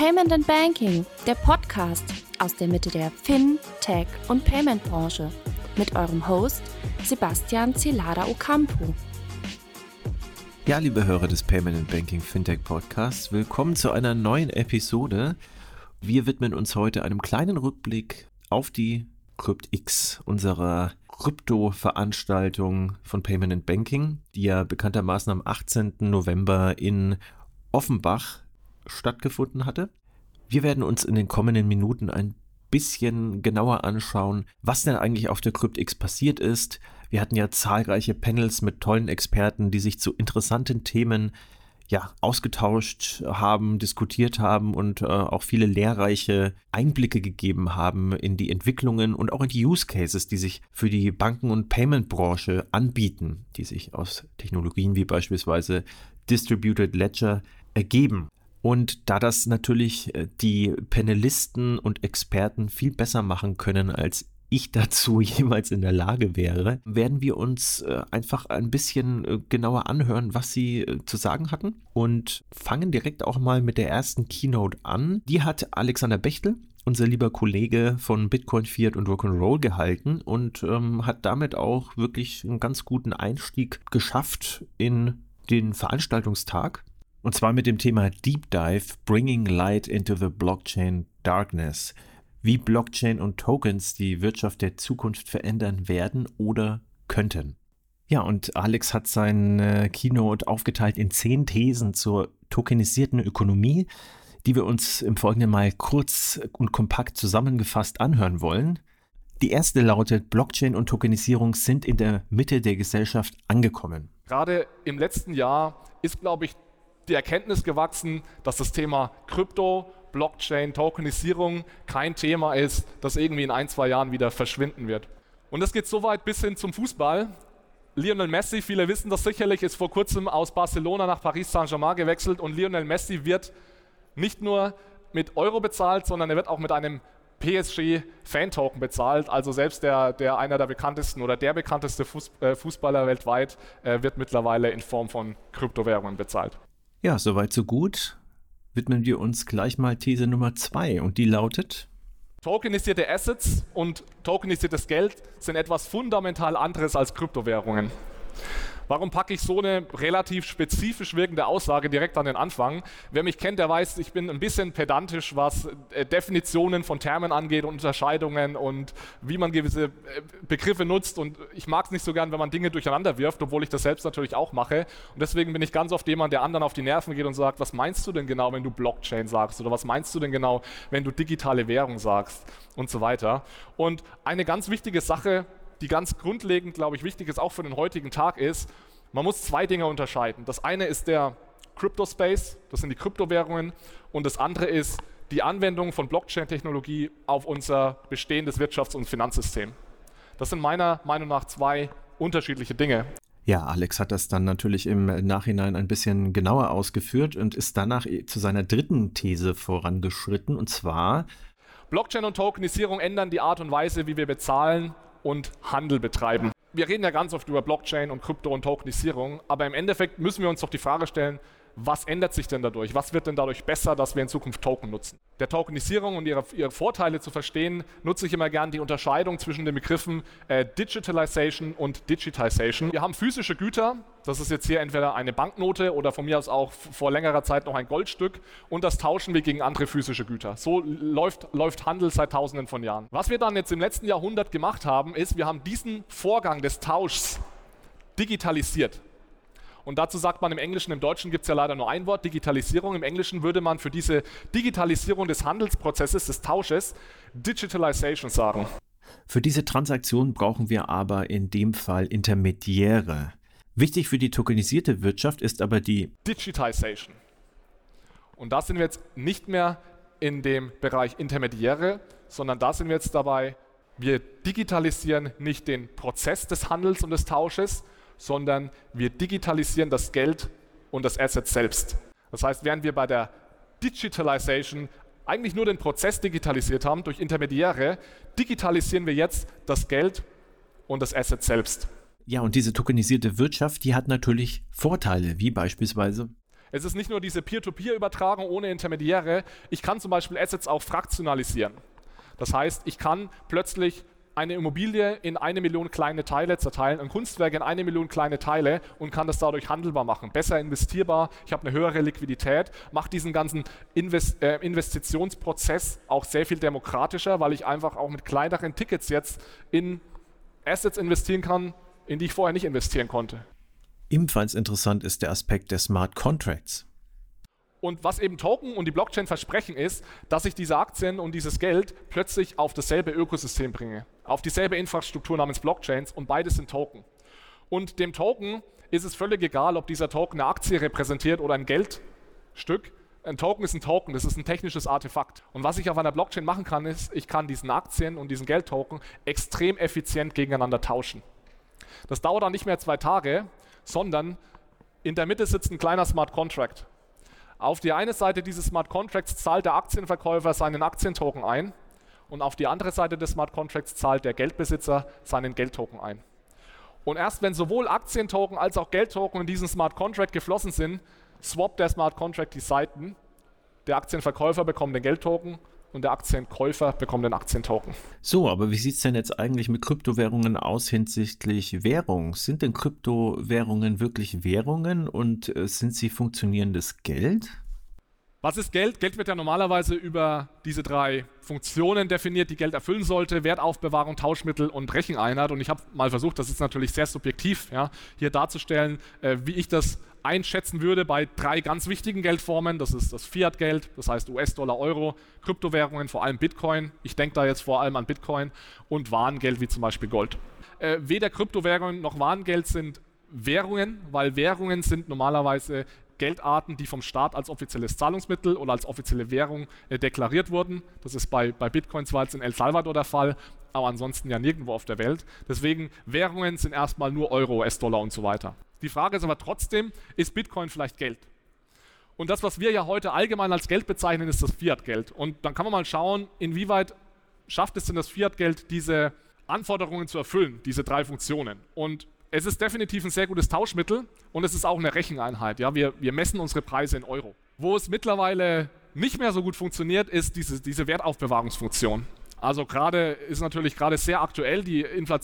Payment and Banking, der Podcast aus der Mitte der Fin-, Tech- und Payment-Branche mit eurem Host Sebastian Celada Ocampo. Ja, liebe Hörer des Payment and Banking Fintech Podcasts, willkommen zu einer neuen Episode. Wir widmen uns heute einem kleinen Rückblick auf die CryptX, unserer Krypto-Veranstaltung von Payment and Banking, die ja bekanntermaßen am 18. November in Offenbach stattgefunden hatte. Wir werden uns in den kommenden Minuten ein bisschen genauer anschauen, was denn eigentlich auf der CryptX passiert ist. Wir hatten ja zahlreiche Panels mit tollen Experten, die sich zu interessanten Themen ausgetauscht haben, diskutiert haben und auch viele lehrreiche Einblicke gegeben haben in die Entwicklungen und auch in die Use Cases, die sich für die Banken- und Payment-Branche anbieten, die sich aus Technologien wie beispielsweise Distributed Ledger ergeben. Und da das natürlich die Panelisten und Experten viel besser machen können, als ich dazu jemals in der Lage wäre, werden wir uns einfach ein bisschen genauer anhören, was sie zu sagen hatten und fangen direkt auch mal mit der ersten Keynote an. Die hat Alexander Bechtel, unser lieber Kollege von Bitcoin, Fiat und Rock'n'Roll gehalten und hat damit auch wirklich einen ganz guten Einstieg geschafft in den Veranstaltungstag. Und zwar mit dem Thema Deep Dive, Bringing Light into the Blockchain Darkness. Wie Blockchain und Tokens die Wirtschaft der Zukunft verändern werden oder könnten. Ja, und Alex hat seine Keynote aufgeteilt in 10 Thesen zur tokenisierten Ökonomie, die wir uns im Folgenden mal kurz und kompakt zusammengefasst anhören wollen. Die erste lautet, Blockchain und Tokenisierung sind in der Mitte der Gesellschaft angekommen. Gerade im letzten Jahr ist, glaube ich, die Erkenntnis gewachsen, dass das Thema Krypto, Blockchain, Tokenisierung kein Thema ist, das irgendwie in 1-2 Jahren wieder verschwinden wird. Und das geht so weit bis hin zum Fußball. Lionel Messi, viele wissen das sicherlich, ist vor kurzem aus Barcelona nach Paris Saint-Germain gewechselt und Lionel Messi wird nicht nur mit Euro bezahlt, sondern er wird auch mit einem PSG-Fan-Token bezahlt. Also selbst der einer der bekanntesten oder der bekannteste Fußballer weltweit wird mittlerweile in Form von Kryptowährungen bezahlt. Ja, soweit so gut. Widmen wir uns gleich mal These Nummer 2 und die lautet: Tokenisierte Assets und tokenisiertes Geld sind etwas fundamental anderes als Kryptowährungen. Warum packe ich so eine relativ spezifisch wirkende Aussage direkt an den Anfang? Wer mich kennt, der weiß, ich bin ein bisschen pedantisch, was Definitionen von Termen angeht und Unterscheidungen und wie man gewisse Begriffe nutzt. Und ich mag es nicht so gern, wenn man Dinge durcheinander wirft, obwohl ich das selbst natürlich auch mache. Und deswegen bin ich ganz oft jemand, der anderen auf die Nerven geht und sagt, was meinst du denn genau, wenn du Blockchain sagst? Oder was meinst du denn genau, wenn du digitale Währung sagst? Und so weiter. Und eine ganz wichtige Sache, die ganz grundlegend, glaube ich, wichtig ist, auch für den heutigen Tag ist, man muss 2 Dinge unterscheiden. Das eine ist der Crypto-Space, das sind die Kryptowährungen, und das andere ist die Anwendung von Blockchain-Technologie auf unser bestehendes Wirtschafts- und Finanzsystem. Das sind meiner Meinung nach 2 unterschiedliche Dinge. Ja, Alex hat das dann natürlich im Nachhinein ein bisschen genauer ausgeführt und ist danach zu seiner dritten These vorangeschritten, und zwar: Blockchain und Tokenisierung ändern die Art und Weise, wie wir bezahlen und Handel betreiben. Wir reden ja ganz oft über Blockchain und Krypto und Tokenisierung, aber im Endeffekt müssen wir uns doch die Frage stellen, was ändert sich denn dadurch? Was wird denn dadurch besser, dass wir in Zukunft Token nutzen? Der Tokenisierung und ihre Vorteile zu verstehen, nutze ich immer gern die Unterscheidung zwischen den Begriffen Digitalization und Digitization. Wir haben physische Güter, das ist jetzt hier entweder eine Banknote oder von mir aus auch vor längerer Zeit noch ein Goldstück, und das tauschen wir gegen andere physische Güter. So läuft Handel seit Tausenden von Jahren. Was wir dann jetzt im letzten Jahrhundert gemacht haben, ist, wir haben diesen Vorgang des Tauschs digitalisiert. Und dazu sagt man im Englischen, im Deutschen gibt es ja leider nur ein Wort, Digitalisierung. Im Englischen würde man für diese Digitalisierung des Handelsprozesses, des Tausches, Digitalization sagen. Für diese Transaktion brauchen wir aber in dem Fall Intermediäre. Wichtig für die tokenisierte Wirtschaft ist aber die Digitization. Und da sind wir jetzt nicht mehr in dem Bereich Intermediäre, sondern da sind wir jetzt dabei, wir digitalisieren nicht den Prozess des Handels und des Tausches, sondern wir digitalisieren das Geld und das Asset selbst. Das heißt, während wir bei der Digitalization eigentlich nur den Prozess digitalisiert haben durch Intermediäre, digitalisieren wir jetzt das Geld und das Asset selbst. Ja, und diese tokenisierte Wirtschaft, die hat natürlich Vorteile, wie beispielsweise: Es ist nicht nur diese Peer-to-Peer-Übertragung ohne Intermediäre, ich kann zum Beispiel Assets auch fraktionalisieren. Das heißt, ich kann plötzlich eine Immobilie in 1 Million kleine Teile zerteilen, ein Kunstwerk in 1 Million kleine Teile und kann das dadurch handelbar machen, besser investierbar, ich habe eine höhere Liquidität, mache diesen ganzen Investitionsprozess auch sehr viel demokratischer, weil ich einfach auch mit kleineren Tickets jetzt in Assets investieren kann, in die ich vorher nicht investieren konnte. Ebenfalls interessant ist der Aspekt der Smart Contracts. Und was eben Token und die Blockchain versprechen ist, dass ich diese Aktien und dieses Geld plötzlich auf dasselbe Ökosystem bringe, auf dieselbe Infrastruktur namens Blockchains und beides sind Token. Und dem Token ist es völlig egal, ob dieser Token eine Aktie repräsentiert oder ein Geldstück. Ein Token ist ein Token, das ist ein technisches Artefakt. Und was ich auf einer Blockchain machen kann, ist, ich kann diesen Aktien und diesen Geldtoken extrem effizient gegeneinander tauschen. Das dauert dann nicht mehr 2 Tage, sondern in der Mitte sitzt ein kleiner Smart Contract. Auf die eine Seite dieses Smart Contracts zahlt der Aktienverkäufer seinen Aktientoken ein und auf die andere Seite des Smart Contracts zahlt der Geldbesitzer seinen Geldtoken ein. Und erst wenn sowohl Aktientoken als auch Geldtoken in diesen Smart Contract geflossen sind, swappt der Smart Contract die Seiten. Der Aktienverkäufer bekommt den Geldtoken und der Aktienkäufer bekommt den Aktientoken. So, aber wie sieht es denn jetzt eigentlich mit Kryptowährungen aus hinsichtlich Währung? Sind denn Kryptowährungen wirklich Währungen und sind sie funktionierendes Geld? Was ist Geld? Geld wird ja normalerweise über diese 3 Funktionen definiert, die Geld erfüllen sollte: Wertaufbewahrung, Tauschmittel und Recheneinheit. Und ich habe mal versucht, das ist natürlich sehr subjektiv, ja, hier darzustellen, wie ich das einschätzen würde bei 3 ganz wichtigen Geldformen. Das ist das Fiat-Geld, das heißt US-Dollar, Euro, Kryptowährungen, vor allem Bitcoin. Ich denke da jetzt vor allem an Bitcoin und Warengeld wie zum Beispiel Gold. Weder Kryptowährungen noch Warengeld sind Währungen, weil Währungen sind normalerweise Geldarten, die vom Staat als offizielles Zahlungsmittel oder als offizielle Währung deklariert wurden. Das ist bei Bitcoin zwar jetzt in El Salvador der Fall, aber ansonsten ja nirgendwo auf der Welt. Deswegen Währungen sind erstmal nur Euro, US-Dollar und so weiter. Die Frage ist aber trotzdem, ist Bitcoin vielleicht Geld? Und das, was wir ja heute allgemein als Geld bezeichnen, ist das Fiat-Geld. Und dann kann man mal schauen, inwieweit schafft es denn das Fiat-Geld, diese Anforderungen zu erfüllen, diese 3 Funktionen. Und es ist definitiv ein sehr gutes Tauschmittel und es ist auch eine Recheneinheit. Ja? Wir messen unsere Preise in Euro. Wo es mittlerweile nicht mehr so gut funktioniert, ist diese Wertaufbewahrungsfunktion. Also ist natürlich gerade sehr aktuell, die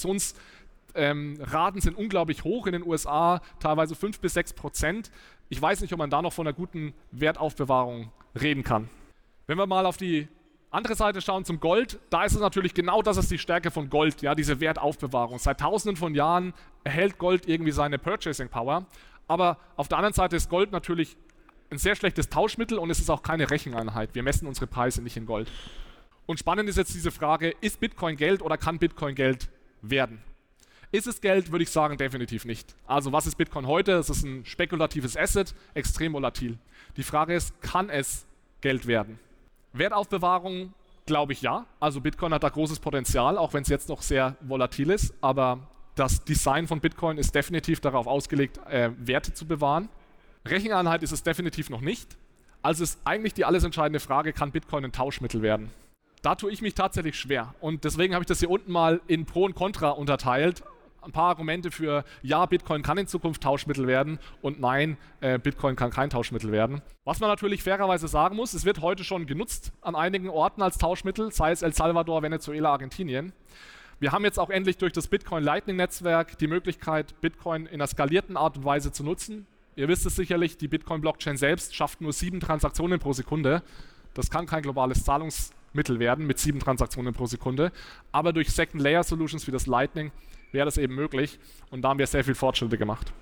Inflationsraten sind unglaublich hoch in den USA, teilweise 5-6%. Ich weiß nicht, ob man da noch von einer guten Wertaufbewahrung reden kann. Wenn wir mal auf die andere Seite schauen zum Gold, da ist es natürlich genau das ist die Stärke von Gold, ja, diese Wertaufbewahrung. Seit Tausenden von Jahren erhält Gold irgendwie seine Purchasing Power, aber auf der anderen Seite ist Gold natürlich ein sehr schlechtes Tauschmittel und es ist auch keine Recheneinheit. Wir messen unsere Preise nicht in Gold. Und spannend ist jetzt diese Frage, ist Bitcoin Geld oder kann Bitcoin Geld werden? Ist es Geld, würde ich sagen, definitiv nicht. Also was ist Bitcoin heute? Es ist ein spekulatives Asset, extrem volatil. Die Frage ist, kann es Geld werden? Wertaufbewahrung, glaube ich, ja. Also Bitcoin hat da großes Potenzial, auch wenn es jetzt noch sehr volatil ist. Aber das Design von Bitcoin ist definitiv darauf ausgelegt, Werte zu bewahren. Recheneinheit ist es definitiv noch nicht. Also ist eigentlich die alles entscheidende Frage, kann Bitcoin ein Tauschmittel werden? Da tue ich mich tatsächlich schwer. Und deswegen habe ich das hier unten mal in Pro und Contra unterteilt. Ein paar Argumente für, ja, Bitcoin kann in Zukunft Tauschmittel werden und nein, Bitcoin kann kein Tauschmittel werden. Was man natürlich fairerweise sagen muss, es wird heute schon genutzt an einigen Orten als Tauschmittel, sei es El Salvador, Venezuela, Argentinien. Wir haben jetzt auch endlich durch das Bitcoin Lightning Netzwerk die Möglichkeit, Bitcoin in einer skalierten Art und Weise zu nutzen. Ihr wisst es sicherlich, die Bitcoin-Blockchain selbst schafft nur 7 Transaktionen pro Sekunde. Das kann kein globales Zahlungsmittel werden mit 7 Transaktionen pro Sekunde, aber durch Second-Layer-Solutions wie das Lightning wäre das eben möglich und da haben wir sehr viel Fortschritte gemacht.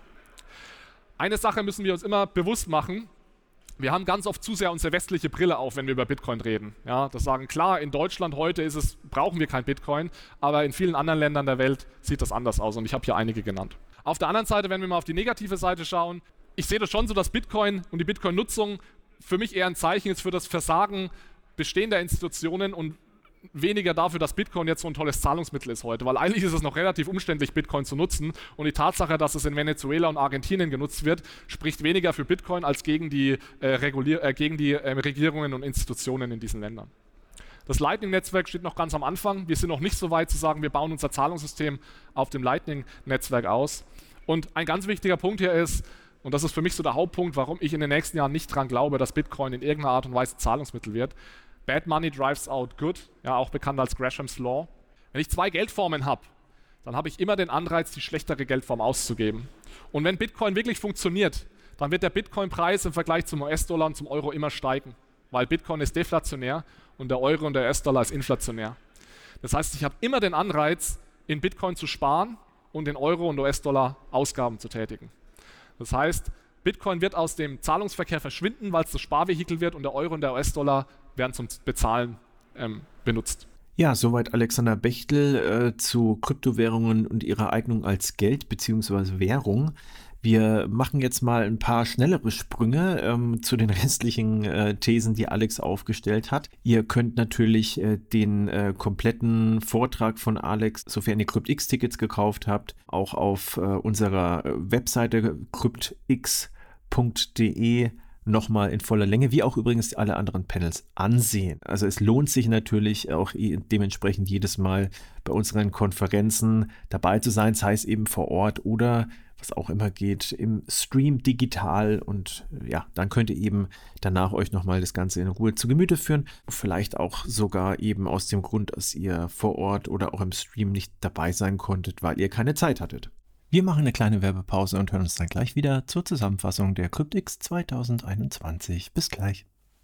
Eine Sache müssen wir uns immer bewusst machen, wir haben ganz oft zu sehr unsere westliche Brille auf, wenn wir über Bitcoin reden. Ja, das sagen, klar, in Deutschland heute brauchen wir kein Bitcoin, aber in vielen anderen Ländern der Welt sieht das anders aus und ich habe hier einige genannt. Auf der anderen Seite, wenn wir mal auf die negative Seite schauen, ich sehe das schon so, dass Bitcoin und die Bitcoin-Nutzung für mich eher ein Zeichen ist für das Versagen bestehender Institutionen und weniger dafür, dass Bitcoin jetzt so ein tolles Zahlungsmittel ist heute, weil eigentlich ist es noch relativ umständlich, Bitcoin zu nutzen und die Tatsache, dass es in Venezuela und Argentinien genutzt wird, spricht weniger für Bitcoin als gegen die Regierungen und Institutionen in diesen Ländern. Das Lightning-Netzwerk steht noch ganz am Anfang. Wir sind noch nicht so weit zu sagen, wir bauen unser Zahlungssystem auf dem Lightning-Netzwerk aus. Und ein ganz wichtiger Punkt hier ist, und das ist für mich so der Hauptpunkt, warum ich in den nächsten Jahren nicht dran glaube, dass Bitcoin in irgendeiner Art und Weise Zahlungsmittel wird. Bad money drives out good, ja, auch bekannt als Gresham's Law. Wenn ich 2 Geldformen habe, dann habe ich immer den Anreiz, die schlechtere Geldform auszugeben. Und wenn Bitcoin wirklich funktioniert, dann wird der Bitcoin-Preis im Vergleich zum US-Dollar und zum Euro immer steigen, weil Bitcoin ist deflationär und der Euro und der US-Dollar ist inflationär. Das heißt, ich habe immer den Anreiz, in Bitcoin zu sparen und in Euro und US-Dollar Ausgaben zu tätigen. Das heißt, Bitcoin wird aus dem Zahlungsverkehr verschwinden, weil es das Sparvehikel wird und der Euro und der US-Dollar werden zum Bezahlen benutzt. Ja, soweit Alexander Bechtel zu Kryptowährungen und ihrer Eignung als Geld bzw. Währung. Wir machen jetzt mal ein paar schnellere Sprünge zu den restlichen Thesen, die Alex aufgestellt hat. Ihr könnt natürlich den kompletten Vortrag von Alex, sofern ihr CryptX-Tickets gekauft habt, auch auf unserer Webseite cryptx.de nochmal in voller Länge, wie auch übrigens alle anderen Panels ansehen. Also es lohnt sich natürlich auch dementsprechend jedes Mal bei unseren Konferenzen dabei zu sein, sei es eben vor Ort oder was auch immer geht, im Stream digital und ja, dann könnt ihr eben danach euch nochmal das Ganze in Ruhe zu Gemüte führen. Vielleicht auch sogar eben aus dem Grund, dass ihr vor Ort oder auch im Stream nicht dabei sein konntet, weil ihr keine Zeit hattet. Wir machen eine kleine Werbepause und hören uns dann gleich wieder zur Zusammenfassung der CryptX 2021. Bis gleich.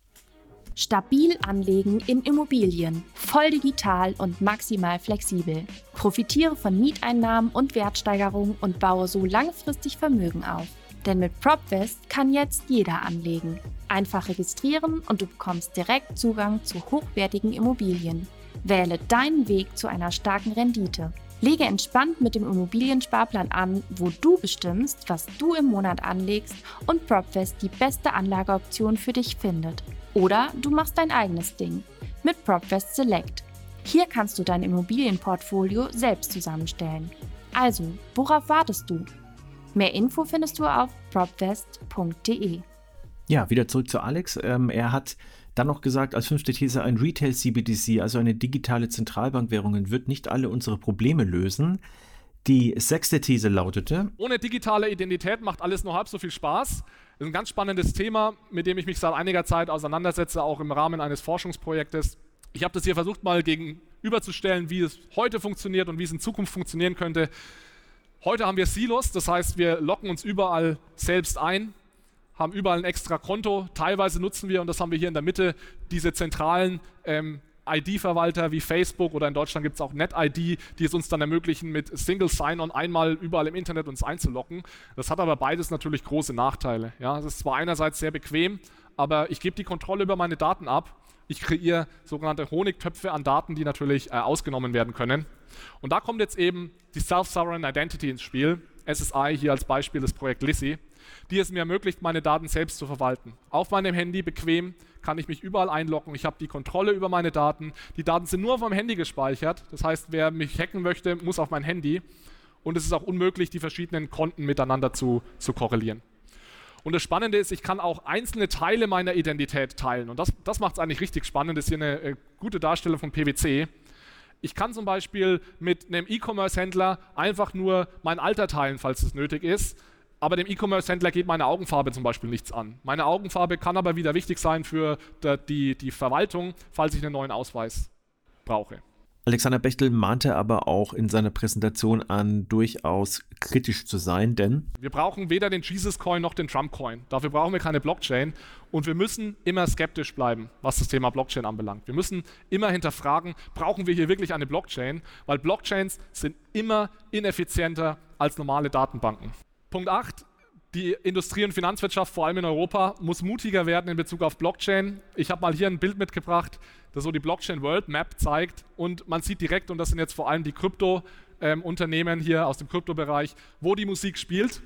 Stabil anlegen in Immobilien, voll digital und maximal flexibel. Profitiere von Mieteinnahmen und Wertsteigerungen und baue so langfristig Vermögen auf. Denn mit PropVest kann jetzt jeder anlegen. Einfach registrieren und du bekommst direkt Zugang zu hochwertigen Immobilien. Wähle deinen Weg zu einer starken Rendite. Lege entspannt mit dem Immobiliensparplan an, wo du bestimmst, was du im Monat anlegst und PropVest die beste Anlageoption für dich findet. Oder du machst dein eigenes Ding mit PropVest Select. Hier kannst du dein Immobilienportfolio selbst zusammenstellen. Also, worauf wartest du? Mehr Info findest du auf propvest.de. Ja, wieder zurück zu Alex. Er hat dann noch gesagt, als 5. These, ein Retail-CBDC, also eine digitale Zentralbankwährung, wird nicht alle unsere Probleme lösen. Die 6. These lautete: Ohne digitale Identität macht alles nur halb so viel Spaß. Das ist ein ganz spannendes Thema, mit dem ich mich seit einiger Zeit auseinandersetze, auch im Rahmen eines Forschungsprojektes. Ich habe das hier versucht, mal gegenüberzustellen, wie es heute funktioniert und wie es in Zukunft funktionieren könnte. Heute haben wir Silos, das heißt, wir loggen uns überall selbst ein, haben überall ein extra Konto. Teilweise nutzen wir, und das haben wir hier in der Mitte, diese zentralen ID-Verwalter wie Facebook, oder in Deutschland gibt es auch NetID, die es uns dann ermöglichen, mit Single Sign-On einmal überall im Internet uns einzuloggen. Das hat aber beides natürlich große Nachteile. Ja, es ist zwar einerseits sehr bequem, aber ich gebe die Kontrolle über meine Daten ab. Ich kreiere sogenannte Honigtöpfe an Daten, die natürlich ausgenommen werden können. Und da kommt jetzt eben die Self-Sovereign Identity ins Spiel. SSI hier als Beispiel das Projekt Lizzy, die es mir ermöglicht, meine Daten selbst zu verwalten. Auf meinem Handy bequem kann ich mich überall einloggen. Ich habe die Kontrolle über meine Daten. Die Daten sind nur auf meinem Handy gespeichert. Das heißt, wer mich hacken möchte, muss auf mein Handy. Und es ist auch unmöglich, die verschiedenen Konten miteinander zu korrelieren. Und das Spannende ist, ich kann auch einzelne Teile meiner Identität teilen. Und das macht es eigentlich richtig spannend. Das ist hier eine gute Darstellung von PwC. Ich kann zum Beispiel mit einem E-Commerce-Händler einfach nur mein Alter teilen, falls es nötig ist. Aber dem E-Commerce-Händler geht meine Augenfarbe zum Beispiel nichts an. Meine Augenfarbe kann aber wieder wichtig sein für die Verwaltung, falls ich einen neuen Ausweis brauche. Alexander Bechtel mahnte aber auch in seiner Präsentation an, durchaus kritisch zu sein, denn wir brauchen weder den Jesus-Coin noch den Trump-Coin. Dafür brauchen wir keine Blockchain. Und wir müssen immer skeptisch bleiben, was das Thema Blockchain anbelangt. Wir müssen immer hinterfragen, brauchen wir hier wirklich eine Blockchain? Weil Blockchains sind immer ineffizienter als normale Datenbanken. Punkt 8. Die Industrie- und Finanzwirtschaft, vor allem in Europa, muss mutiger werden in Bezug auf Blockchain. Ich habe mal hier ein Bild mitgebracht, das so die Blockchain World Map zeigt. Und man sieht direkt, und das sind jetzt vor allem die Krypto-Unternehmen hier aus dem Kryptobereich, wo die Musik spielt.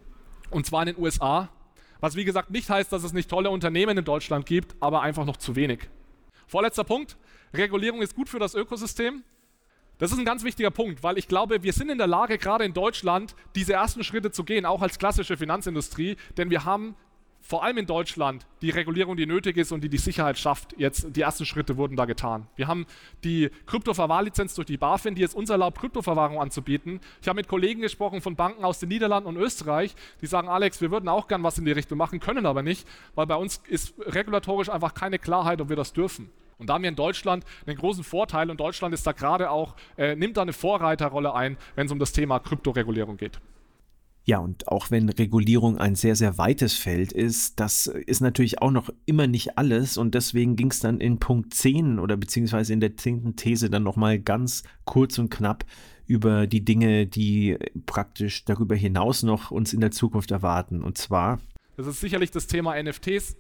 Und zwar in den USA. Was wie gesagt nicht heißt, dass es nicht tolle Unternehmen in Deutschland gibt, aber einfach noch zu wenig. Vorletzter Punkt. Regulierung ist gut für das Ökosystem. Das ist ein ganz wichtiger Punkt, weil ich glaube, wir sind in der Lage, gerade in Deutschland, diese ersten Schritte zu gehen, auch als klassische Finanzindustrie, denn wir haben vor allem in Deutschland die Regulierung, die nötig ist und die Sicherheit schafft. Jetzt die ersten Schritte wurden da getan. Wir haben die Kryptoverwahrlizenz durch die BaFin, die es uns erlaubt, Kryptoverwahrung anzubieten. Ich habe mit Kollegen gesprochen von Banken aus den Niederlanden und Österreich, die sagen, Alex, wir würden auch gern was in die Richtung machen, können aber nicht, weil bei uns ist regulatorisch einfach keine Klarheit, ob wir das dürfen. Und da haben wir in Deutschland einen großen Vorteil und Deutschland ist da gerade auch, nimmt da eine Vorreiterrolle ein, wenn es um das Thema Kryptoregulierung geht. Ja, und auch wenn Regulierung ein sehr, sehr weites Feld ist, das ist natürlich auch noch immer nicht alles und deswegen ging es dann in Punkt 10 oder beziehungsweise in der 10. These dann nochmal ganz kurz und knapp über die Dinge, die praktisch darüber hinaus noch uns in der Zukunft erwarten. Und zwar... Das ist sicherlich das Thema NFTs.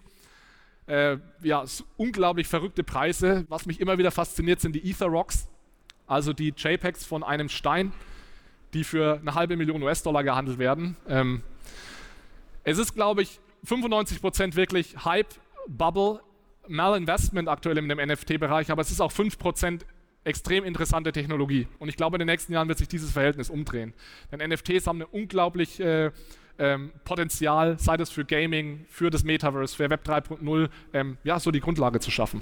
Unglaublich verrückte Preise. Was mich immer wieder fasziniert, sind die Ether Rocks, also die JPEGs von einem Stein, die für $500.000 US-Dollar gehandelt werden. Es ist, glaube ich, 95% wirklich Hype, Bubble, Malinvestment aktuell in dem NFT-Bereich, aber es ist auch 5% extrem interessante Technologie. Und ich glaube, in den nächsten Jahren wird sich dieses Verhältnis umdrehen. Denn NFTs haben eine unglaublich Potenzial, sei das für Gaming, für das Metaverse, für Web 3.0, so die Grundlage zu schaffen.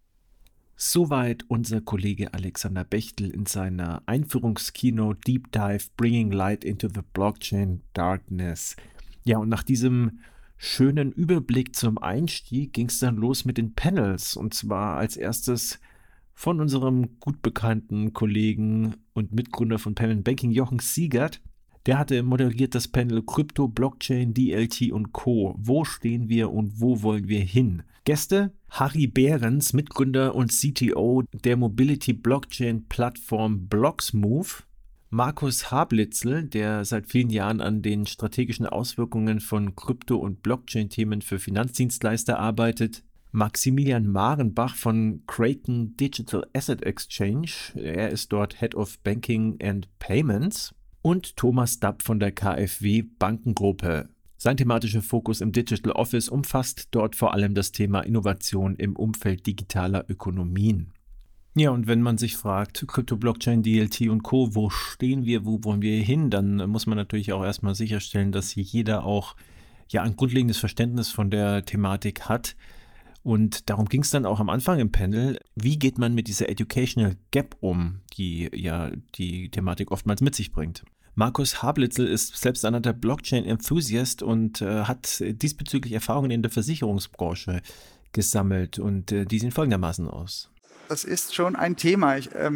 Soweit unser Kollege Alexander Bechtel in seiner Einführungskeynote Deep Dive Bringing Light into the Blockchain Darkness. Ja, und nach diesem schönen Überblick zum Einstieg ging es dann los mit den Panels. Und zwar als erstes von unserem gut bekannten Kollegen und Mitgründer von Payment Banking, Jochen Siegert. Der hatte moderiert das Panel Krypto, Blockchain, DLT und Co. Wo stehen wir und wo wollen wir hin? Gäste: Harry Behrens, Mitgründer und CTO der Mobility-Blockchain-Plattform Blocksmove, Markus Hablitzl, der seit vielen Jahren an den strategischen Auswirkungen von Krypto- und Blockchain-Themen für Finanzdienstleister arbeitet, Maximilian Marenbach von Kraken Digital Asset Exchange, er ist dort Head of Banking and Payments, und Thomas Dapp von der KfW Bankengruppe. Sein thematischer Fokus im Digital Office umfasst dort vor allem das Thema Innovation im Umfeld digitaler Ökonomien. Ja, und wenn man sich fragt, Krypto, Blockchain, DLT und Co., wo stehen wir, wo wollen wir hin, dann muss man natürlich auch erstmal sicherstellen, dass jeder auch ein grundlegendes Verständnis von der Thematik hat. Und darum ging es dann auch am Anfang im Panel, wie geht man mit dieser Educational Gap um, die die Thematik oftmals mit sich bringt. Markus Hablitzl ist selbsternannter Blockchain-Enthusiast und hat diesbezüglich Erfahrungen in der Versicherungsbranche gesammelt und die sehen folgendermaßen aus. Das ist schon ein Thema,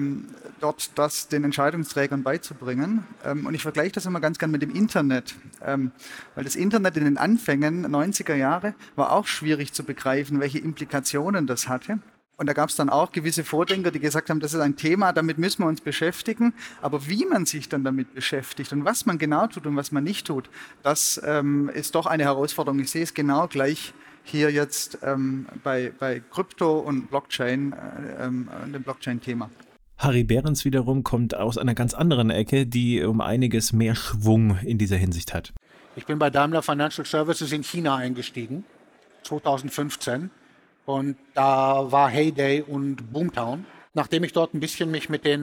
dort das den Entscheidungsträgern beizubringen. Und ich vergleiche das immer ganz gern mit dem Internet. Weil das Internet in den Anfängen 90er Jahre war auch schwierig zu begreifen, welche Implikationen das hatte. Und da gab es dann auch gewisse Vordenker, die gesagt haben, das ist ein Thema, damit müssen wir uns beschäftigen. Aber wie man sich dann damit beschäftigt und was man genau tut und was man nicht tut, das ist doch eine Herausforderung. Ich sehe es genau gleich hier jetzt bei Krypto und Blockchain, dem Blockchain-Thema. Harry Behrens wiederum kommt aus einer ganz anderen Ecke, die um einiges mehr Schwung in dieser Hinsicht hat. Ich bin bei Daimler Financial Services in China eingestiegen, 2015. Und da war Heyday und Boomtown. Nachdem ich dort ein bisschen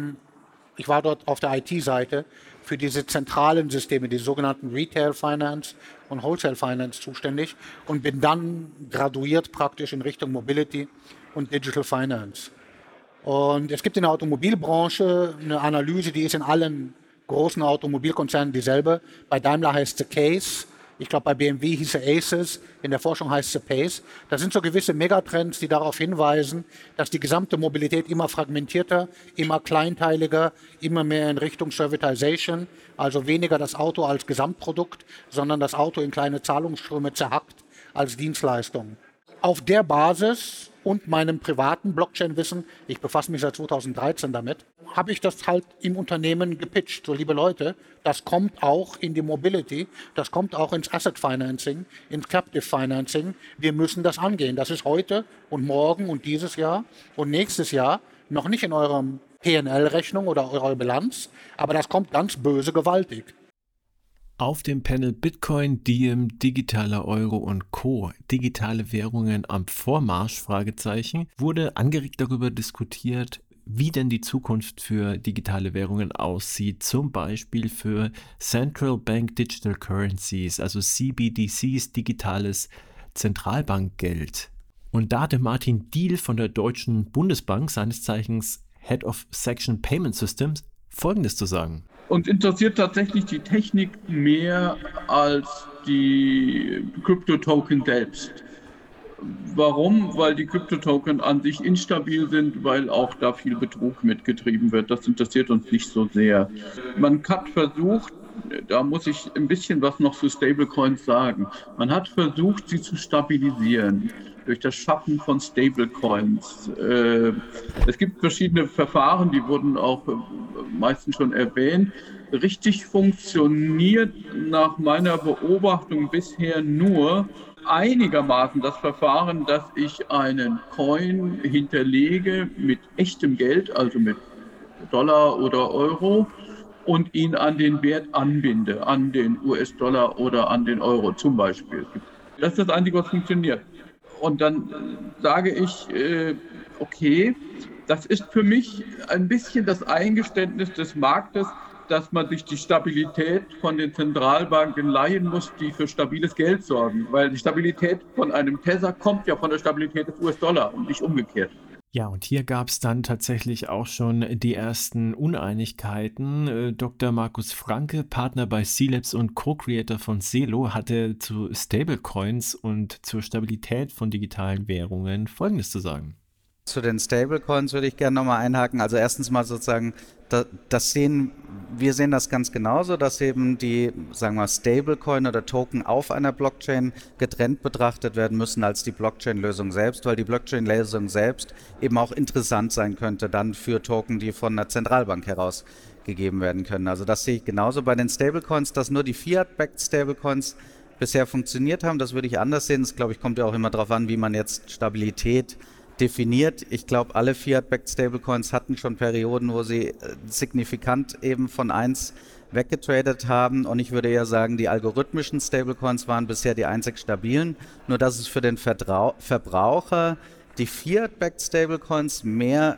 ich war dort auf der IT-Seite für diese zentralen Systeme, die sogenannten Retail Finance und Wholesale Finance zuständig und bin dann graduiert praktisch in Richtung Mobility und Digital Finance. Und es gibt in der Automobilbranche eine Analyse, die ist in allen großen Automobilkonzernen dieselbe. Bei Daimler heißt es Case. Ich glaube, bei BMW hieß es ACES, in der Forschung heißt es Pace. Das sind so gewisse Megatrends, die darauf hinweisen, dass die gesamte Mobilität immer fragmentierter, immer kleinteiliger, immer mehr in Richtung Servitization, also weniger das Auto als Gesamtprodukt, sondern das Auto in kleine Zahlungsströme zerhackt als Dienstleistung. Auf der Basis und meinem privaten Blockchain-Wissen, ich befasse mich seit 2013 damit, habe ich das halt im Unternehmen gepitcht. So, liebe Leute, das kommt auch in die Mobility, das kommt auch ins Asset Financing, ins Captive Financing. Wir müssen das angehen. Das ist heute und morgen und dieses Jahr und nächstes Jahr noch nicht in eurer P&L-Rechnung oder eurer Bilanz, aber das kommt ganz böse gewaltig. Auf dem Panel Bitcoin, Diem, digitaler Euro und Co. Digitale Währungen am Vormarsch, wurde angeregt darüber diskutiert, wie denn die Zukunft für digitale Währungen aussieht, zum Beispiel für Central Bank Digital Currencies, also CBDCs, digitales Zentralbankgeld. Und da hatte Martin Diehl von der Deutschen Bundesbank, seines Zeichens Head of Section Payment Systems, Folgendes zu sagen. Uns interessiert tatsächlich die Technik mehr als die Kryptotoken selbst. Warum? Weil die Kryptotoken an sich instabil sind, weil auch da viel Betrug mitgetrieben wird. Das interessiert uns nicht so sehr. Man hat versucht, da muss ich ein bisschen was noch zu Stablecoins sagen. Man hat versucht, sie zu stabilisieren durch das Schaffen von Stablecoins. Es gibt verschiedene Verfahren, die wurden auch meistens schon erwähnt. Richtig funktioniert nach meiner Beobachtung bisher nur einigermaßen das Verfahren, dass ich einen Coin hinterlege mit echtem Geld, also mit Dollar oder Euro, und ihn an den Wert anbinde, an den US-Dollar oder an den Euro zum Beispiel. Das ist das Einzige, was funktioniert. Und dann sage ich, okay, das ist für mich ein bisschen das Eingeständnis des Marktes, dass man sich die Stabilität von den Zentralbanken leihen muss, die für stabiles Geld sorgen. Weil die Stabilität von einem Tether kommt ja von der Stabilität des US-Dollar und nicht umgekehrt. Ja, und hier gab es dann tatsächlich auch schon die ersten Uneinigkeiten. Dr. Markus Franke, Partner bei C-Labs und Co-Creator von Celo, hatte zu Stablecoins und zur Stabilität von digitalen Währungen Folgendes zu sagen. Zu den Stablecoins würde ich gerne nochmal einhaken. Also erstens mal sozusagen, wir sehen das ganz genauso, dass eben die, sagen wir, Stablecoin oder Token auf einer Blockchain getrennt betrachtet werden müssen als die Blockchain-Lösung selbst, weil die Blockchain-Lösung selbst eben auch interessant sein könnte dann für Token, die von der Zentralbank herausgegeben werden können. Also das sehe ich genauso bei den Stablecoins, dass nur die Fiat-backed Stablecoins bisher funktioniert haben. Das würde ich anders sehen. Das, glaube ich, kommt ja auch immer darauf an, wie man jetzt Stabilität definiert. Ich glaube, alle Fiat-backed Stablecoins hatten schon Perioden, wo sie signifikant eben von 1 weggetradet haben, und ich würde eher sagen, die algorithmischen Stablecoins waren bisher die einzig stabilen, nur dass es für den Verbraucher die Fiat-backed Stablecoins mehr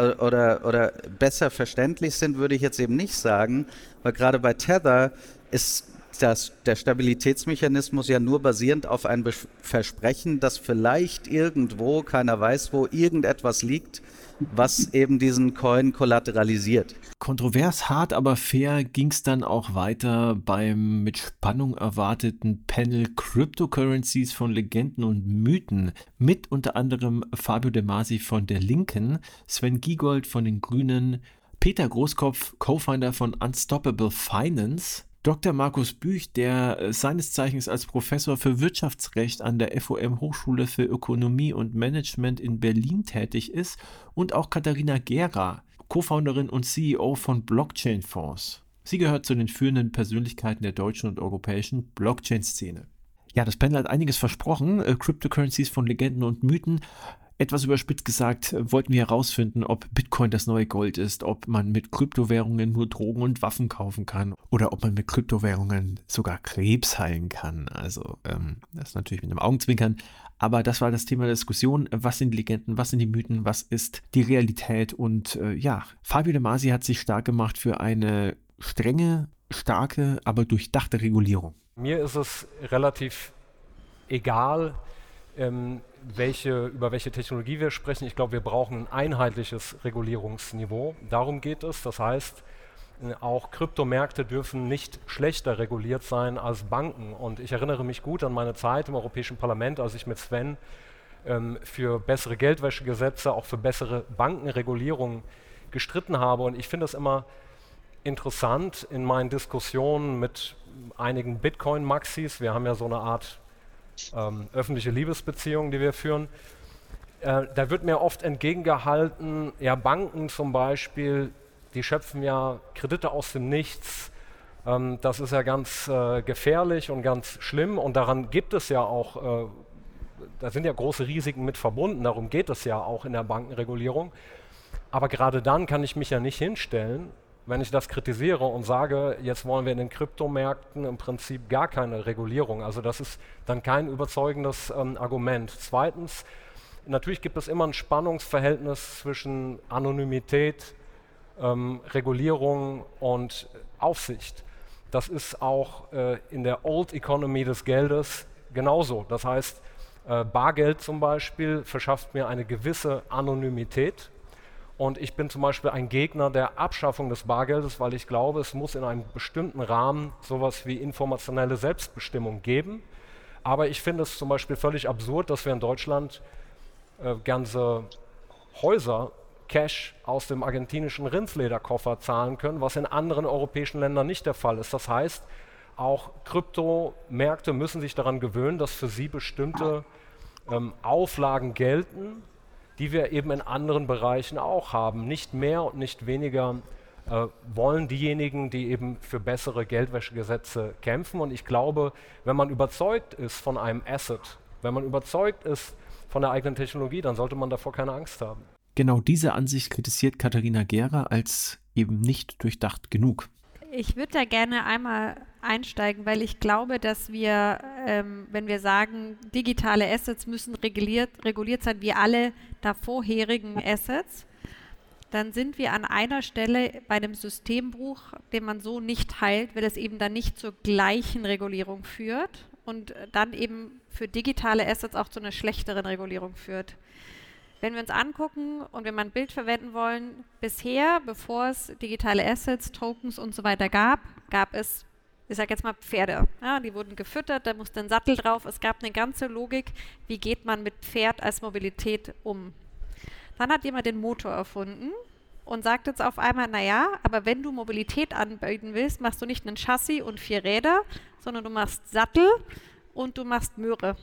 oder besser verständlich sind, würde ich jetzt eben nicht sagen, weil gerade bei Tether ist der Stabilitätsmechanismus ja nur basierend auf ein Versprechen, dass vielleicht irgendwo, keiner weiß wo, irgendetwas liegt, was eben diesen Coin kollateralisiert. Kontrovers, hart, aber fair ging es dann auch weiter beim mit Spannung erwarteten Panel Cryptocurrencies von Legenden und Mythen mit unter anderem Fabio De Masi von der Linken, Sven Giegold von den Grünen, Peter Großkopf, Co-Founder von Unstoppable Finance, Dr. Markus Büch, der seines Zeichens als Professor für Wirtschaftsrecht an der FOM Hochschule für Ökonomie und Management in Berlin tätig ist, und auch Katharina Gera, Co-Founderin und CEO von Blockchain-Fonds. Sie gehört zu den führenden Persönlichkeiten der deutschen und europäischen Blockchain-Szene. Ja, das Panel hat einiges versprochen, Cryptocurrencies von Legenden und Mythen. Etwas überspitzt gesagt, wollten wir herausfinden, ob Bitcoin das neue Gold ist, ob man mit Kryptowährungen nur Drogen und Waffen kaufen kann oder ob man mit Kryptowährungen sogar Krebs heilen kann. Also das ist natürlich mit einem Augenzwinkern, aber das war das Thema der Diskussion. Was sind die Legenden, was sind die Mythen, was ist die Realität? Und Fabio De Masi hat sich stark gemacht für eine strenge, starke, aber durchdachte Regulierung. Mir ist es relativ egal, über welche Technologie wir sprechen. Ich glaube, wir brauchen ein einheitliches Regulierungsniveau. Darum geht es. Das heißt, auch Kryptomärkte dürfen nicht schlechter reguliert sein als Banken. Und ich erinnere mich gut an meine Zeit im Europäischen Parlament, als ich mit Sven für bessere Geldwäschegesetze, auch für bessere Bankenregulierung gestritten habe. Und ich finde es immer interessant in meinen Diskussionen mit einigen Bitcoin-Maxis. Wir haben ja so eine Art öffentliche Liebesbeziehungen, die wir führen. Da wird mir oft entgegengehalten, ja, Banken zum Beispiel, die schöpfen ja Kredite aus dem Nichts. Das ist ja ganz gefährlich und ganz schlimm, und daran gibt es ja auch, da sind ja große Risiken mit verbunden, darum geht es ja auch in der Bankenregulierung. Aber gerade dann kann ich mich ja nicht hinstellen, wenn ich das kritisiere und sage, jetzt wollen wir in den Kryptomärkten im Prinzip gar keine Regulierung. Also das ist dann kein überzeugendes Argument. Zweitens, natürlich gibt es immer ein Spannungsverhältnis zwischen Anonymität, Regulierung und Aufsicht. Das ist auch in der Old Economy des Geldes genauso. Das heißt, Bargeld zum Beispiel verschafft mir eine gewisse Anonymität. Und ich bin zum Beispiel ein Gegner der Abschaffung des Bargeldes, weil ich glaube, es muss in einem bestimmten Rahmen sowas wie informationelle Selbstbestimmung geben. Aber ich finde es zum Beispiel völlig absurd, dass wir in Deutschland ganze Häuser Cash aus dem argentinischen Rindslederkoffer zahlen können, was in anderen europäischen Ländern nicht der Fall ist. Das heißt, auch Kryptomärkte müssen sich daran gewöhnen, dass für sie bestimmte Auflagen gelten, die wir eben in anderen Bereichen auch haben. Nicht mehr und nicht weniger wollen diejenigen, die eben für bessere Geldwäschegesetze kämpfen. Und ich glaube, wenn man überzeugt ist von einem Asset, wenn man überzeugt ist von der eigenen Technologie, dann sollte man davor keine Angst haben. Genau diese Ansicht kritisiert Katharina Gera als eben nicht durchdacht genug. Ich würde da gerne einmal einsteigen, weil ich glaube, dass wir, wenn wir sagen, digitale Assets müssen reguliert sein wie alle davorherigen Assets, dann sind wir an einer Stelle bei einem Systembruch, den man so nicht heilt, weil es eben dann nicht zur gleichen Regulierung führt und dann eben für digitale Assets auch zu einer schlechteren Regulierung führt. Wenn wir uns angucken und wenn wir ein Bild verwenden wollen, bisher, bevor es digitale Assets, Tokens und so weiter gab es, ich sage jetzt mal Pferde. Ja, die wurden gefüttert, da musste ein Sattel drauf. Es gab eine ganze Logik, wie geht man mit Pferd als Mobilität um. Dann hat jemand den Motor erfunden und sagt jetzt auf einmal, naja, aber wenn du Mobilität anbieten willst, machst du nicht ein Chassis und 4 Räder, sondern du machst Sattel und du machst Möhre.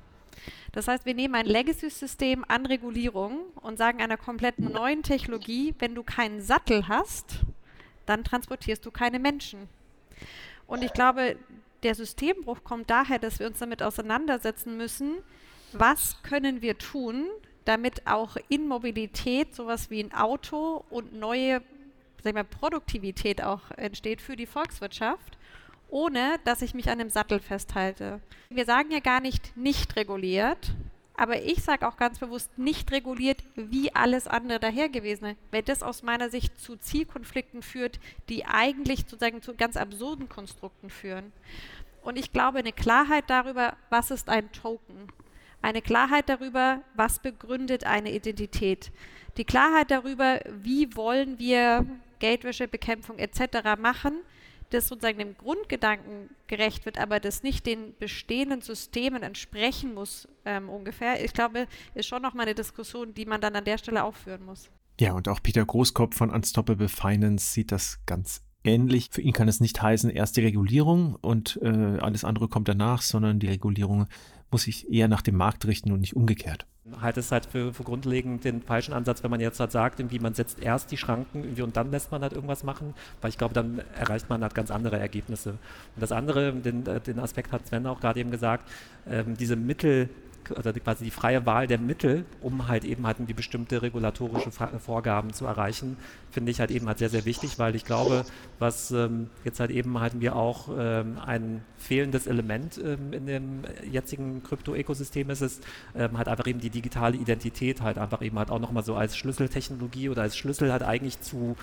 Das heißt, wir nehmen ein Legacy-System an Regulierung und sagen einer komplett neuen Technologie, wenn du keinen Sattel hast, dann transportierst du keine Menschen. Und ich glaube, der Systembruch kommt daher, dass wir uns damit auseinandersetzen müssen, was können wir tun, damit auch in Mobilität sowas wie ein Auto und neue, sagen wir, Produktivität auch entsteht für die Volkswirtschaft, ohne dass ich mich an dem Sattel festhalte. Wir sagen ja gar nicht reguliert, aber ich sage auch ganz bewusst nicht reguliert wie alles andere dahergewesene, weil das aus meiner Sicht zu Zielkonflikten führt, die eigentlich sozusagen zu ganz absurden Konstrukten führen. Und ich glaube, eine Klarheit darüber, was ist ein Token, eine Klarheit darüber, was begründet eine Identität, die Klarheit darüber, wie wollen wir Geldwäschebekämpfung etc. machen, das sozusagen dem Grundgedanken gerecht wird, aber das nicht den bestehenden Systemen entsprechen muss ungefähr, ich glaube, ist schon nochmal eine Diskussion, die man dann an der Stelle auch führen muss. Ja, und auch Peter Großkopf von Unstoppable Finance sieht das ganz ähnlich. Für ihn kann es nicht heißen, erst die Regulierung und alles andere kommt danach, sondern die Regulierung muss sich eher nach dem Markt richten und nicht umgekehrt. Halte es halt für grundlegend den falschen Ansatz, wenn man jetzt halt sagt, irgendwie man setzt erst die Schranken irgendwie und dann lässt man halt irgendwas machen, weil ich glaube, dann erreicht man halt ganz andere Ergebnisse. Und das andere, den Aspekt hat Sven auch gerade eben gesagt, diese Mittel, oder quasi die freie Wahl der Mittel, um halt eben halt die bestimmte regulatorische Vorgaben zu erreichen, finde ich halt eben halt sehr, sehr wichtig, weil ich glaube, was jetzt halt eben halt wir auch ein fehlendes Element in dem jetzigen Krypto-Ökosystem ist halt einfach eben die digitale Identität halt einfach eben halt auch nochmal so als Schlüsseltechnologie oder als Schlüssel halt eigentlich zu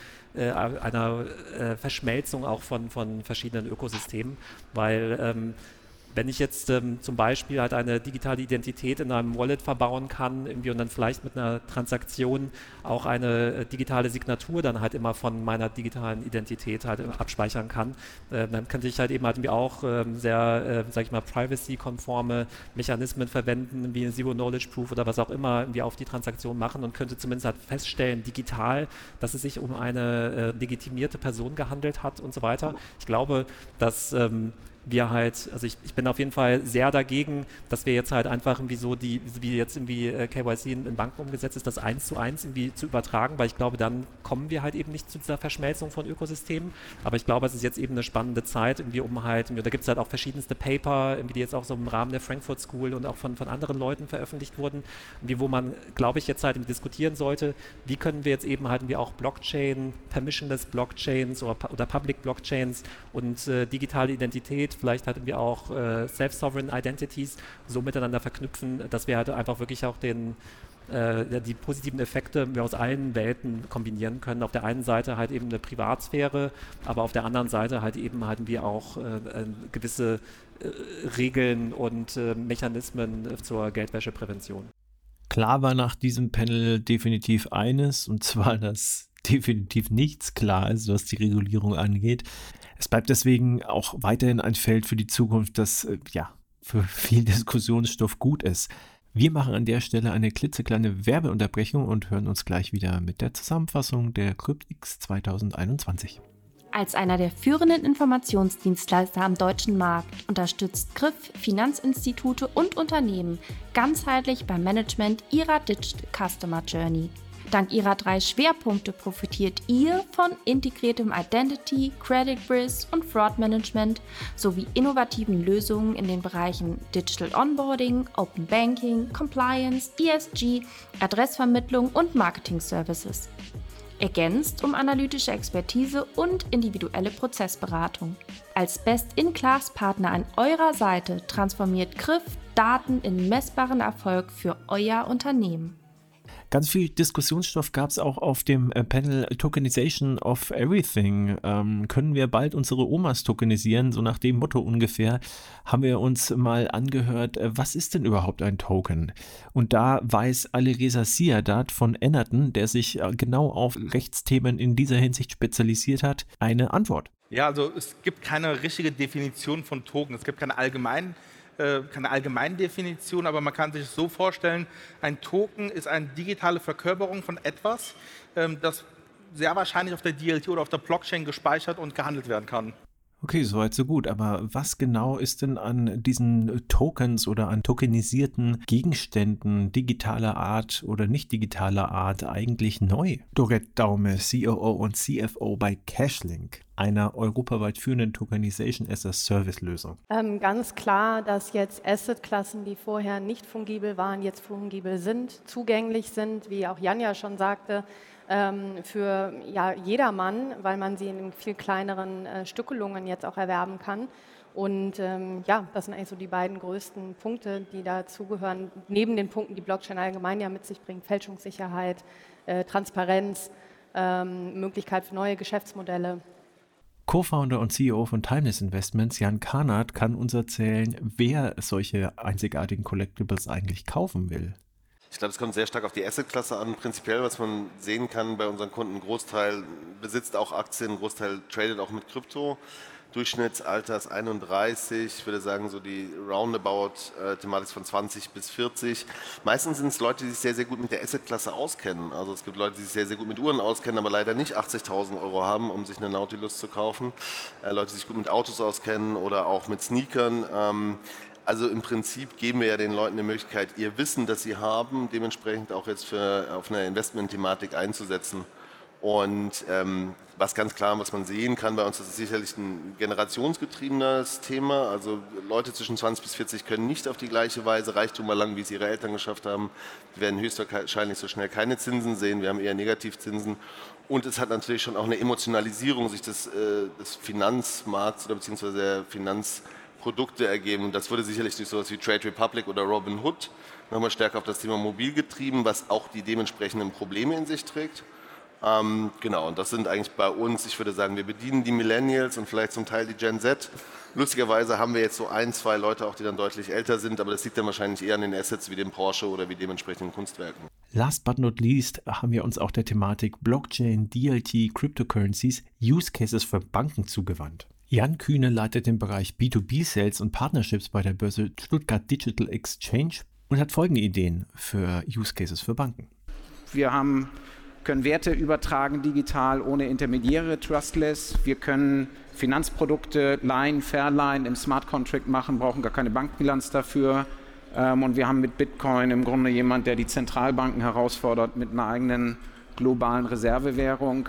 einer Verschmelzung auch von verschiedenen Ökosystemen, weil wenn ich jetzt zum Beispiel halt eine digitale Identität in einem Wallet verbauen kann irgendwie und dann vielleicht mit einer Transaktion auch eine digitale Signatur dann halt immer von meiner digitalen Identität halt abspeichern kann, dann könnte ich halt eben halt auch sehr, sag ich mal, privacy-konforme Mechanismen verwenden, wie ein Zero-Knowledge-Proof oder was auch immer irgendwie auf die Transaktion machen und könnte zumindest halt feststellen, digital, dass es sich um eine legitimierte Person gehandelt hat und so weiter. Ich glaube, dass wir halt, also ich bin auf jeden Fall sehr dagegen, dass wir jetzt halt einfach irgendwie so wie jetzt irgendwie KYC in Banken umgesetzt ist, das 1:1 irgendwie zu übertragen, weil ich glaube, dann kommen wir halt eben nicht zu dieser Verschmelzung von Ökosystemen, aber ich glaube, es ist jetzt eben eine spannende Zeit, irgendwie um halt, da gibt es halt auch verschiedenste Paper, irgendwie, die jetzt auch so im Rahmen der Frankfurt School und auch von anderen Leuten veröffentlicht wurden, wo man, glaube ich, jetzt halt diskutieren sollte, wie können wir jetzt eben halt irgendwie auch Blockchain, Permissionless Blockchains oder Public Blockchains und digitale Identität, vielleicht halt irgendwie auch Self-Sovereign Identities so miteinander verknüpfen, dass wir halt einfach wirklich auch die positiven Effekte aus allen Welten kombinieren können. Auf der einen Seite halt eben eine Privatsphäre, aber auf der anderen Seite halt eben wir auch gewisse Regeln und Mechanismen zur Geldwäscheprävention. Klar war nach diesem Panel definitiv eines, und zwar, dass definitiv nichts klar ist, was die Regulierung angeht. Es bleibt deswegen auch weiterhin ein Feld für die Zukunft, das für viel Diskussionsstoff gut ist. Wir machen an der Stelle eine klitzekleine Werbeunterbrechung und hören uns gleich wieder mit der Zusammenfassung der CryptX 2021. Als einer der führenden Informationsdienstleister am deutschen Markt unterstützt Griff Finanzinstitute und Unternehmen ganzheitlich beim Management ihrer Digital Customer Journey. Dank ihrer 3 Schwerpunkte profitiert ihr von integriertem Identity, Credit Risk und Fraud Management sowie innovativen Lösungen in den Bereichen Digital Onboarding, Open Banking, Compliance, ESG, Adressvermittlung und Marketing Services. Ergänzt um analytische Expertise und individuelle Prozessberatung. Als Best-in-Class-Partner an eurer Seite transformiert Griff Daten in messbaren Erfolg für euer Unternehmen. Ganz viel Diskussionsstoff gab es auch auf dem Panel Tokenization of Everything. Können wir bald unsere Omas tokenisieren? So nach dem Motto ungefähr haben wir uns mal angehört, was ist denn überhaupt ein Token? Und da weiß Alireza Siadat von Enerton, der sich genau auf Rechtsthemen in dieser Hinsicht spezialisiert hat, eine Antwort. Ja, also es gibt keine richtige Definition von Token. Es gibt keine Allgemeindefinition, aber man kann sich es so vorstellen, ein Token ist eine digitale Verkörperung von etwas, das sehr wahrscheinlich auf der DLT oder auf der Blockchain gespeichert und gehandelt werden kann. Okay, soweit so gut. Aber was genau ist denn an diesen Tokens oder an tokenisierten Gegenständen digitaler Art oder nicht digitaler Art eigentlich neu? Dorette Daume, COO und CFO bei Cashlink, einer europaweit führenden Tokenization-as-a-Service-Lösung. Ganz klar, dass jetzt Asset-Klassen, die vorher nicht fungibel waren, jetzt fungibel sind, zugänglich sind, wie auch Jan ja schon sagte, für jedermann, weil man sie in viel kleineren Stückelungen jetzt auch erwerben kann. Und das sind eigentlich so die beiden größten Punkte, die dazugehören, neben den Punkten, die Blockchain allgemein ja mit sich bringt: Fälschungssicherheit, Transparenz, Möglichkeit für neue Geschäftsmodelle. Co-Founder und CEO von Timeless Investments, Jan Karnath, kann uns erzählen, wer solche einzigartigen Collectibles eigentlich kaufen will. Ich glaube, es kommt sehr stark auf die Assetklasse an. Prinzipiell, was man sehen kann bei unseren Kunden, ein Großteil besitzt auch Aktien, ein Großteil tradet auch mit Krypto. Durchschnittsalter ist 31, ich würde sagen so die Roundabout-Thematik von 20 bis 40. Meistens sind es Leute, die sich sehr, sehr gut mit der Assetklasse auskennen. Also es gibt Leute, die sich sehr, sehr gut mit Uhren auskennen, aber leider nicht 80.000 € haben, um sich eine Nautilus zu kaufen. Leute, die sich gut mit Autos auskennen oder auch mit Sneakern. Also im Prinzip geben wir ja den Leuten die Möglichkeit, ihr Wissen, das sie haben, dementsprechend auch jetzt auf eine Investment-Thematik einzusetzen. Und was ganz klar, was man sehen kann bei uns, das ist sicherlich ein generationsgetriebenes Thema. Also Leute zwischen 20 bis 40 können nicht auf die gleiche Weise Reichtum erlangen, wie es ihre Eltern geschafft haben. Wir werden höchstwahrscheinlich so schnell keine Zinsen sehen, wir haben eher Negativzinsen. Und es hat natürlich schon auch eine Emotionalisierung sich des Finanzmarkts oder beziehungsweise der Finanzprodukte ergeben. Und das wurde sicherlich durch sowas wie Trade Republic oder Robinhood nochmal stärker auf das Thema mobil getrieben, was auch die dementsprechenden Probleme in sich trägt. Genau, und das sind eigentlich bei uns, ich würde sagen, wir bedienen die Millennials und vielleicht zum Teil die Gen Z. Lustigerweise haben wir jetzt so 1, 2 Leute auch, die dann deutlich älter sind, aber das liegt dann wahrscheinlich eher an den Assets wie dem Porsche oder wie dementsprechenden Kunstwerken. Last but not least haben wir uns auch der Thematik Blockchain, DLT, Cryptocurrencies, Use Cases für Banken zugewandt. Jan Kühne leitet den Bereich B2B-Sales und Partnerships bei der Börse Stuttgart Digital Exchange und hat folgende Ideen für Use Cases für Banken. Wir können Werte übertragen digital ohne Intermediäre, trustless. Wir können Finanzprodukte leihen, verleihen, im Smart Contract machen, brauchen gar keine Bankbilanz dafür. Und wir haben mit Bitcoin im Grunde jemand, der die Zentralbanken herausfordert mit einer eigenen globalen Reservewährung.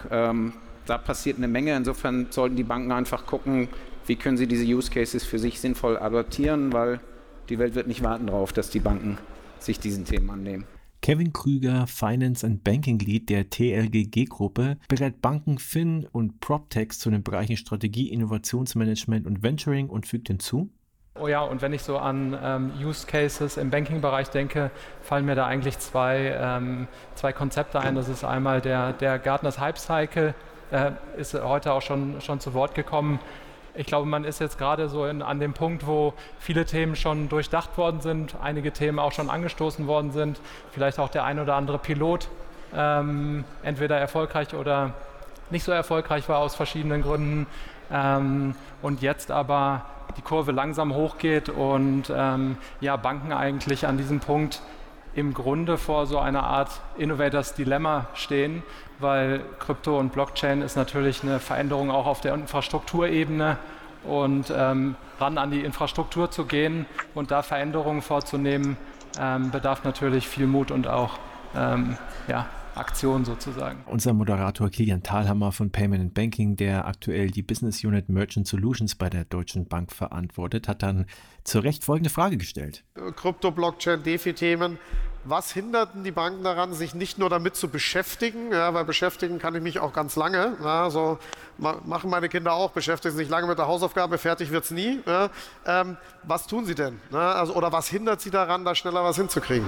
Da passiert eine Menge. Insofern sollten die Banken einfach gucken, wie können sie diese Use Cases für sich sinnvoll adaptieren, weil die Welt wird nicht warten darauf, dass die Banken sich diesen Themen annehmen. Kevin Krüger, Finance and Banking Lead der TLGG-Gruppe, berät Banken, Fin und PropTechs zu den Bereichen Strategie, Innovationsmanagement und Venturing und fügt hinzu: Oh ja, und wenn ich so an Use Cases im Banking-Bereich denke, fallen mir da eigentlich zwei Konzepte ein. Das ist einmal der Gartner's Hype Cycle, ist heute auch schon zu Wort gekommen. Ich glaube, man ist jetzt gerade so an dem Punkt, wo viele Themen schon durchdacht worden sind, einige Themen auch schon angestoßen worden sind, vielleicht auch der ein oder andere Pilot entweder erfolgreich oder nicht so erfolgreich war aus verschiedenen Gründen und jetzt aber die Kurve langsam hochgeht und Banken eigentlich an diesem Punkt im Grunde vor so einer Art Innovators Dilemma stehen, weil Krypto und Blockchain ist natürlich eine Veränderung auch auf der Infrastrukturebene und ran an die Infrastruktur zu gehen und da Veränderungen vorzunehmen, bedarf natürlich viel Mut und auch Aktion sozusagen. Unser Moderator Kilian Thalhammer von Payment and Banking, der aktuell die Business Unit Merchant Solutions bei der Deutschen Bank verantwortet, hat dann zu Recht folgende Frage gestellt. Krypto, Blockchain, DeFi-Themen. Was hinderten die Banken daran, sich nicht nur damit zu beschäftigen, weil beschäftigen kann ich mich auch ganz lange, so machen meine Kinder auch, beschäftigen sich lange mit der Hausaufgabe, fertig wird es nie. Was tun sie denn? Oder was hindert sie daran, da schneller was hinzukriegen?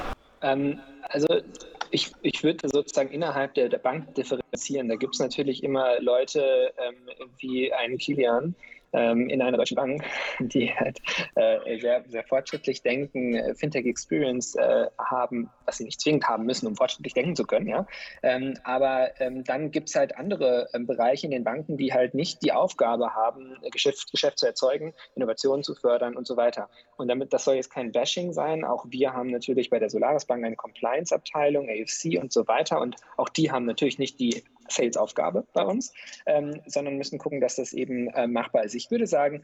Ich würde sozusagen innerhalb der Bank differenzieren. Da gibt es natürlich immer Leute wie einen Kilian in einer deutschen Bank, die halt sehr, sehr fortschrittlich denken, Fintech Experience haben, was sie nicht zwingend haben müssen, um fortschrittlich denken zu können. Ja? Aber dann gibt es halt andere Bereiche in den Banken, die halt nicht die Aufgabe haben, Geschäft zu erzeugen, Innovationen zu fördern und so weiter. Und das soll jetzt kein Bashing sein. Auch wir haben natürlich bei der Solaris Bank eine Compliance-Abteilung, AFC und so weiter. Und auch die haben natürlich nicht die Sales-Aufgabe bei uns, sondern müssen gucken, dass das eben machbar ist. Ich würde sagen,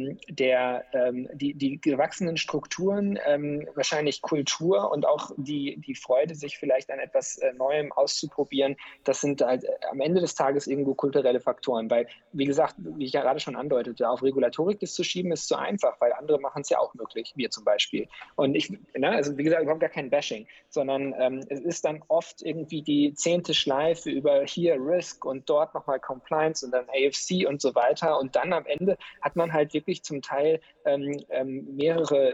die gewachsenen Strukturen, wahrscheinlich Kultur und auch die Freude, sich vielleicht an etwas Neuem auszuprobieren, das sind halt am Ende des Tages irgendwo kulturelle Faktoren. Weil, wie gesagt, wie ich ja gerade schon andeutete, auf Regulatorik das zu schieben, ist zu einfach, weil andere machen es ja auch möglich, wir zum Beispiel. Und also wie gesagt, überhaupt gar kein Bashing, sondern es ist dann oft irgendwie die 10. Schleife über hier Risk und dort nochmal Compliance und dann AFC und so weiter. Und dann am Ende hat man halt wirklich zum Teil mehrere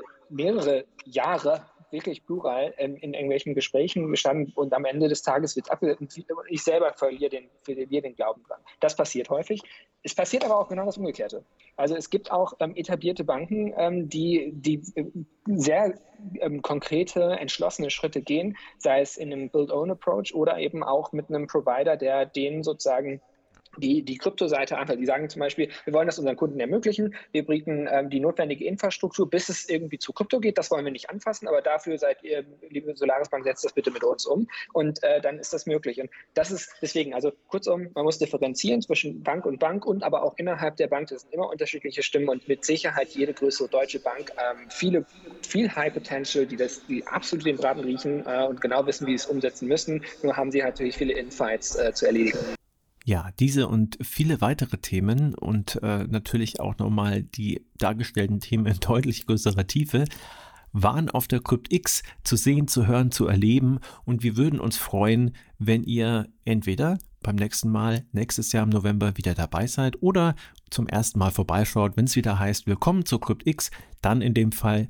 Jahre wirklich plural in irgendwelchen Gesprächen gestanden und am Ende des Tages wird ich selber verliere den Glauben dran. Das passiert häufig. Es passiert aber auch genau das Umgekehrte. Also es gibt auch etablierte Banken, die sehr konkrete, entschlossene Schritte gehen, sei es in einem Build-Own-Approach oder eben auch mit einem Provider, der denen sozusagen die Kryptoseite anfällt. Die sagen zum Beispiel, wir wollen das unseren Kunden ermöglichen, wir bieten die notwendige Infrastruktur, bis es irgendwie zu Krypto geht, das wollen wir nicht anfassen, aber dafür seid ihr, liebe Solaris Bank, setzt das bitte mit uns um und dann ist das möglich. Und das ist deswegen, also kurzum, man muss differenzieren zwischen Bank und aber auch innerhalb der Bank, das sind immer unterschiedliche Stimmen und mit Sicherheit jede größere deutsche Bank viel High Potential, die absolut den Braten riechen und genau wissen, wie sie es umsetzen müssen, nur haben sie halt natürlich viele Infights zu erledigen. Ja, diese und viele weitere Themen und natürlich auch nochmal die dargestellten Themen in deutlich größerer Tiefe waren auf der CryptX zu sehen, zu hören, zu erleben und wir würden uns freuen, wenn ihr entweder beim nächsten Mal, nächstes Jahr im November wieder dabei seid oder zum ersten Mal vorbeischaut, wenn es wieder heißt, willkommen zur CryptX, dann in dem Fall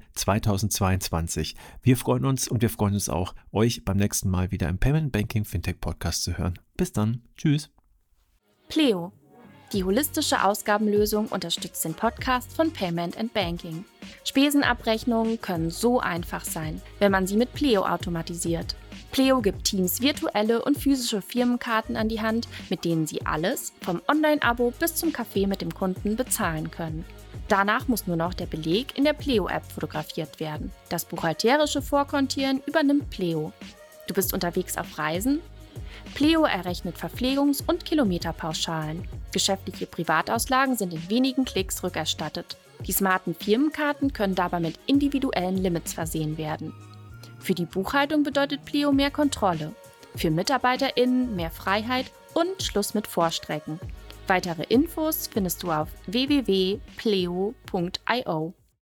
2022. Wir freuen uns und wir freuen uns auch, euch beim nächsten Mal wieder im Payment Banking Fintech Podcast zu hören. Bis dann. Tschüss. Pleo. Die holistische Ausgabenlösung unterstützt den Podcast von Payment and Banking. Spesenabrechnungen können so einfach sein, wenn man sie mit Pleo automatisiert. Pleo gibt Teams virtuelle und physische Firmenkarten an die Hand, mit denen sie alles, vom Online-Abo bis zum Kaffee mit dem Kunden, bezahlen können. Danach muss nur noch der Beleg in der Pleo-App fotografiert werden. Das buchhalterische Vorkontieren übernimmt Pleo. Du bist unterwegs auf Reisen? Pleo errechnet Verpflegungs- und Kilometerpauschalen. Geschäftliche Privatauslagen sind in wenigen Klicks rückerstattet. Die smarten Firmenkarten können dabei mit individuellen Limits versehen werden. Für die Buchhaltung bedeutet Pleo mehr Kontrolle. Für MitarbeiterInnen mehr Freiheit und Schluss mit Vorstrecken. Weitere Infos findest du auf www.pleo.io.